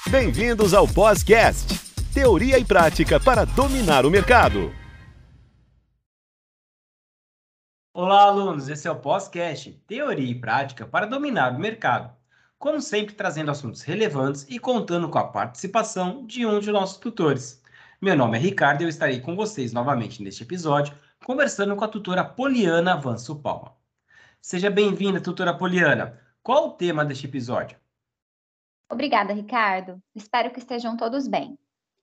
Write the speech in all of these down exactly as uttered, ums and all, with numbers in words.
Bem-vindos ao Pós-Cast, teoria e prática para dominar o mercado. Olá, alunos! Esse é o Pós-Cast, teoria e prática para dominar o mercado. Como sempre, trazendo assuntos relevantes e contando com a participação de um de nossos tutores. Meu nome é Ricardo e eu estarei com vocês novamente neste episódio, conversando com a tutora Poliana Avanço Palma. Seja bem-vinda, tutora Poliana. Qual o tema deste episódio? Obrigada, Ricardo. Espero que estejam todos bem.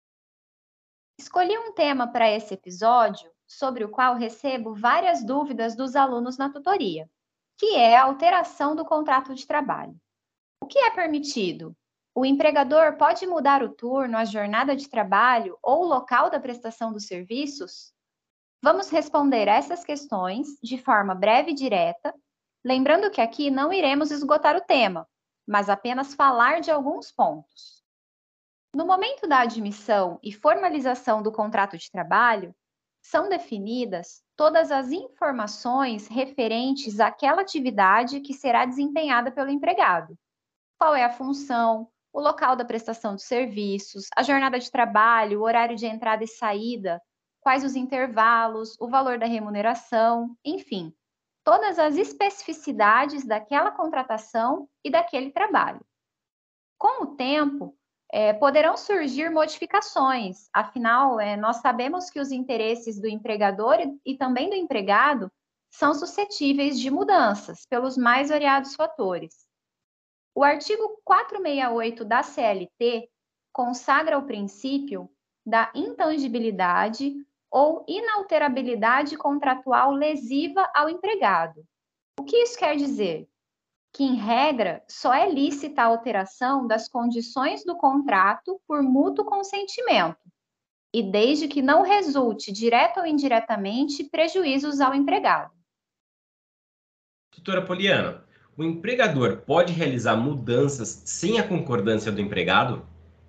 Escolhi um tema para esse episódio sobre o qual recebo várias dúvidas dos alunos na tutoria, que é a alteração do contrato de trabalho. O que é permitido? O empregador pode mudar o turno, a jornada de trabalho ou o local da prestação dos serviços? Vamos responder essas questões de forma breve e direta, lembrando que aqui não iremos esgotar o tema, mas apenas falar de alguns pontos. No momento da admissão e formalização do contrato de trabalho, são definidas todas as informações referentes àquela atividade que será desempenhada pelo empregado. Qual é a função, o local da prestação de serviços, a jornada de trabalho, o horário de entrada e saída, quais os intervalos, o valor da remuneração, enfim, todas as especificidades daquela contratação e daquele trabalho. Com o tempo, é, poderão surgir modificações, afinal, é, nós sabemos que os interesses do empregador e, e também do empregado são suscetíveis de mudanças pelos mais variados fatores. O artigo quatrocentos e sessenta e oito da C L T consagra o princípio da intangibilidade ou inalterabilidade contratual lesiva ao empregado. O que isso quer dizer? Que, em regra, só é lícita a alteração das condições do contrato por mútuo consentimento, e desde que não resulte, direto ou indiretamente, prejuízos ao empregado. Tutora Poliana, o empregador pode realizar mudanças sem a concordância do empregado?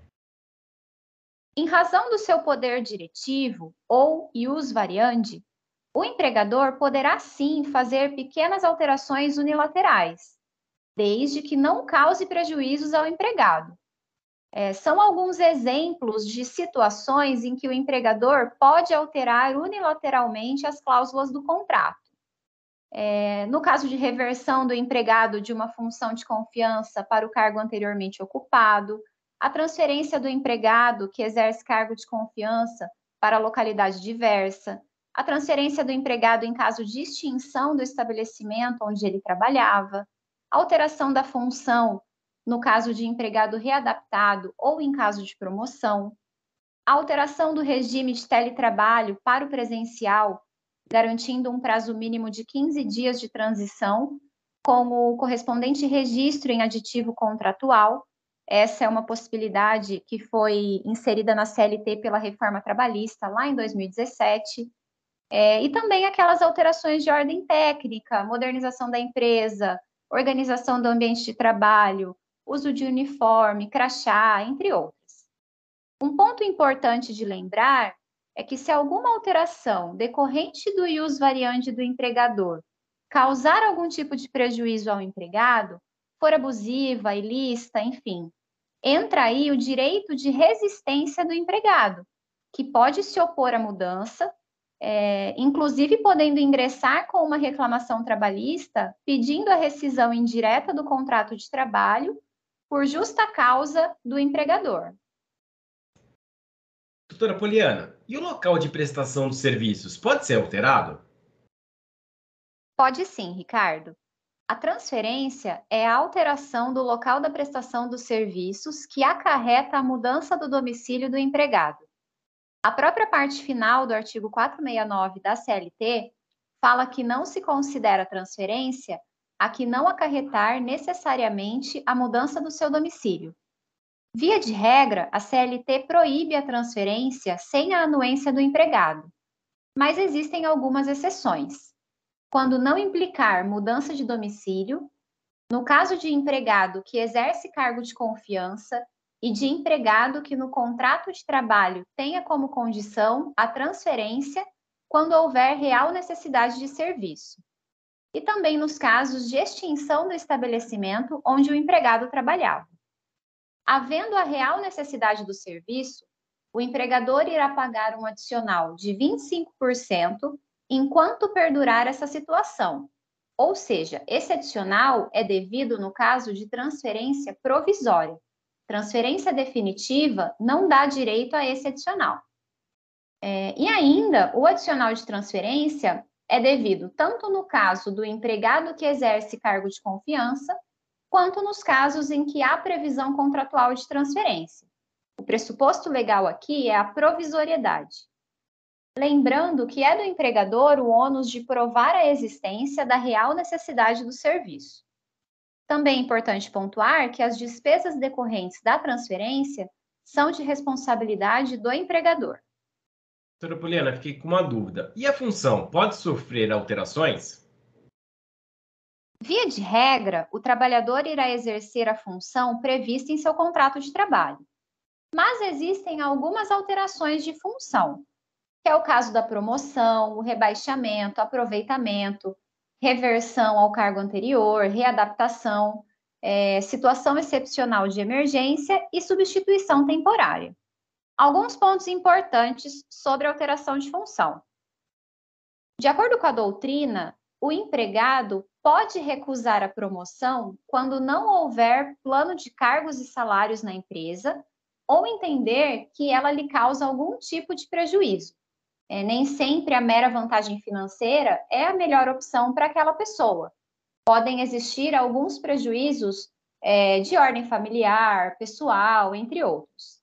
Em razão do seu poder diretivo ou ius variandi, o empregador poderá sim fazer pequenas alterações unilaterais, desde que não cause prejuízos ao empregado. É, são alguns exemplos de situações em que o empregador pode alterar unilateralmente as cláusulas do contrato. É, no caso de reversão do empregado de uma função de confiança para o cargo anteriormente ocupado, a transferência do empregado que exerce cargo de confiança para a localidade diversa, a transferência do empregado em caso de extinção do estabelecimento onde ele trabalhava, a alteração da função no caso de empregado readaptado ou em caso de promoção, a alteração do regime de teletrabalho para o presencial, garantindo um prazo mínimo de quinze dias de transição, com o correspondente registro em aditivo contratual. Essa é uma possibilidade que foi inserida na C L T pela reforma trabalhista lá em dois mil e dezessete. É, e também aquelas alterações de ordem técnica, modernização da empresa, organização do ambiente de trabalho, uso de uniforme, crachá, entre outras. Um ponto importante de lembrar é que se alguma alteração decorrente do ius variandi do empregador causar algum tipo de prejuízo ao empregado, for abusiva, ilícita, enfim, entra aí o direito de resistência do empregado, que pode se opor à mudança, é, inclusive podendo ingressar com uma reclamação trabalhista pedindo a rescisão indireta do contrato de trabalho por justa causa do empregador. Doutora Poliana, e o local de prestação dos serviços pode ser alterado? Pode sim, Ricardo. A transferência é a alteração do local da prestação dos serviços que acarreta a mudança do domicílio do empregado. A própria parte final do artigo quatrocentos e sessenta e nove da C L T fala que não se considera transferência a que não acarretar necessariamente a mudança do seu domicílio. Via de regra, a C L T proíbe a transferência sem a anuência do empregado, mas existem algumas exceções. Quando não implicar mudança de domicílio, no caso de empregado que exerce cargo de confiança e de empregado que no contrato de trabalho tenha como condição a transferência quando houver real necessidade de serviço. E também nos casos de extinção do estabelecimento onde o empregado trabalhava. Havendo a real necessidade do serviço, o empregador irá pagar um adicional de vinte e cinco por cento enquanto perdurar essa situação. Ou seja, esse adicional é devido no caso de transferência provisória. Transferência definitiva não dá direito a esse adicional. É, e ainda, o adicional de transferência é devido tanto no caso do empregado que exerce cargo de confiança, quanto nos casos em que há previsão contratual de transferência. O pressuposto legal aqui é a provisoriedade. Lembrando que é do empregador o ônus de provar a existência da real necessidade do serviço. Também é importante pontuar que as despesas decorrentes da transferência são de responsabilidade do empregador. Doutora Poliana, fiquei com uma dúvida. E a função pode sofrer alterações? Via de regra, o trabalhador irá exercer a função prevista em seu contrato de trabalho. Mas existem algumas alterações de função, que é o caso da promoção, o rebaixamento, aproveitamento, reversão ao cargo anterior, readaptação, é, situação excepcional de emergência e substituição temporária. Alguns pontos importantes sobre a alteração de função. De acordo com a doutrina, o empregado pode recusar a promoção quando não houver plano de cargos e salários na empresa ou entender que ela lhe causa algum tipo de prejuízo. É, nem sempre a mera vantagem financeira é a melhor opção para aquela pessoa. Podem existir alguns prejuízos é, de ordem familiar, pessoal, entre outros.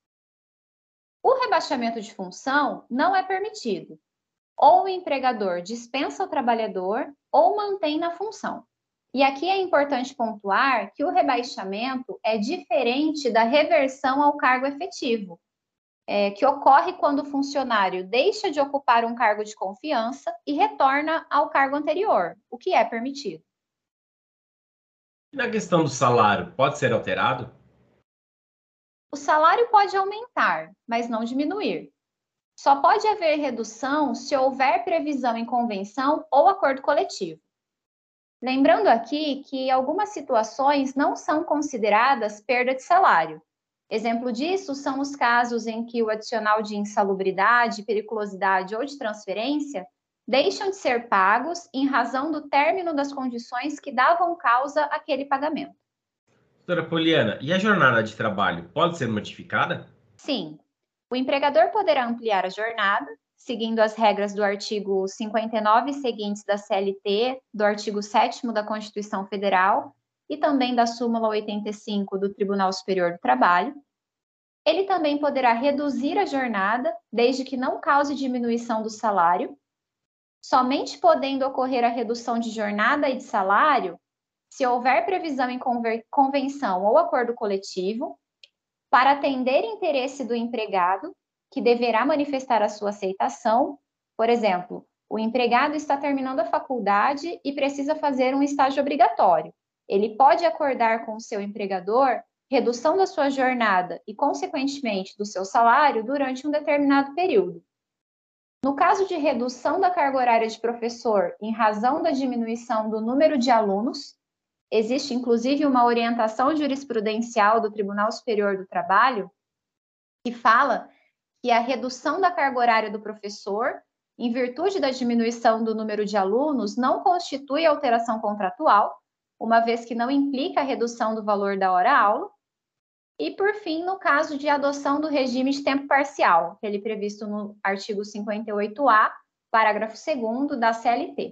O rebaixamento de função não é permitido. Ou o empregador dispensa o trabalhador ou mantém na função. E aqui é importante pontuar que o rebaixamento é diferente da reversão ao cargo efetivo, é, que ocorre quando o funcionário deixa de ocupar um cargo de confiança e retorna ao cargo anterior, o que é permitido. E na questão do salário, pode ser alterado? O salário pode aumentar, mas não diminuir. Só pode haver redução se houver previsão em convenção ou acordo coletivo. Lembrando aqui que algumas situações não são consideradas perda de salário. Exemplo disso são os casos em que o adicional de insalubridade, periculosidade ou de transferência deixam de ser pagos em razão do término das condições que davam causa àquele pagamento. Doutora Poliana, e a jornada de trabalho pode ser modificada? Sim. O empregador poderá ampliar a jornada, seguindo as regras do artigo cinquenta e nove e seguintes da C L T, do artigo sétimo da Constituição Federal e também da súmula oitenta e cinco do Tribunal Superior do Trabalho. Ele também poderá reduzir a jornada, desde que não cause diminuição do salário, somente podendo ocorrer a redução de jornada e de salário se houver previsão em convenção ou acordo coletivo, para atender interesse do empregado, que deverá manifestar a sua aceitação. Por exemplo, o empregado está terminando a faculdade e precisa fazer um estágio obrigatório. Ele pode acordar com o seu empregador redução da sua jornada e, consequentemente, do seu salário durante um determinado período. No caso de redução da carga horária de professor em razão da diminuição do número de alunos, existe, inclusive, uma orientação jurisprudencial do Tribunal Superior do Trabalho que fala que a redução da carga horária do professor, em virtude da diminuição do número de alunos, não constitui alteração contratual, uma vez que não implica a redução do valor da hora-aula. E, por fim, no caso de adoção do regime de tempo parcial, que ele é previsto no artigo cinquenta e oito A, parágrafo segundo da C L T.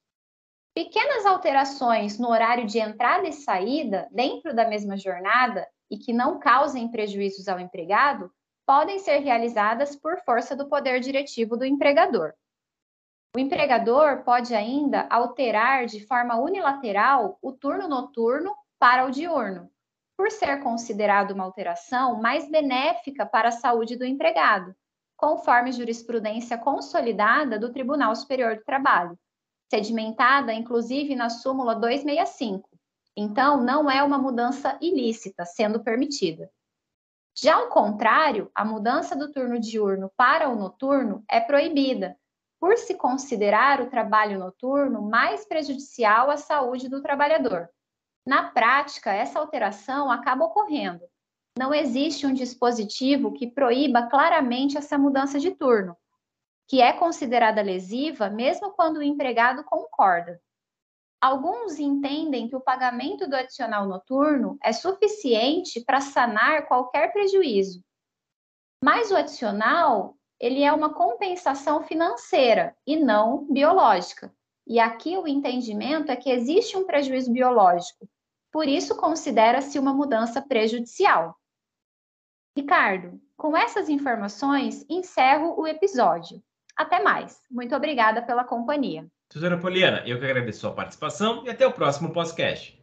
Pequenas alterações no horário de entrada e saída dentro da mesma jornada e que não causem prejuízos ao empregado podem ser realizadas por força do poder diretivo do empregador. O empregador pode ainda alterar de forma unilateral o turno noturno para o diurno, por ser considerado uma alteração mais benéfica para a saúde do empregado, conforme jurisprudência consolidada do Tribunal Superior do Trabalho, sedimentada, inclusive, na súmula duzentos e sessenta e cinco. Então, não é uma mudança ilícita, sendo permitida. Já ao contrário, a mudança do turno diurno para o noturno é proibida, por se considerar o trabalho noturno mais prejudicial à saúde do trabalhador. Na prática, essa alteração acaba ocorrendo, não existe um dispositivo que proíba claramente essa mudança de turno, que é considerada lesiva mesmo quando o empregado concorda. Alguns entendem que o pagamento do adicional noturno é suficiente para sanar qualquer prejuízo, mas o adicional, ele é uma compensação financeira e não biológica. E aqui o entendimento é que existe um prejuízo biológico, por isso considera-se uma mudança prejudicial. Ricardo, com essas informações, encerro o episódio. Até mais. Muito obrigada pela companhia. Doutora Poliana, eu que agradeço a sua participação e até o próximo podcast.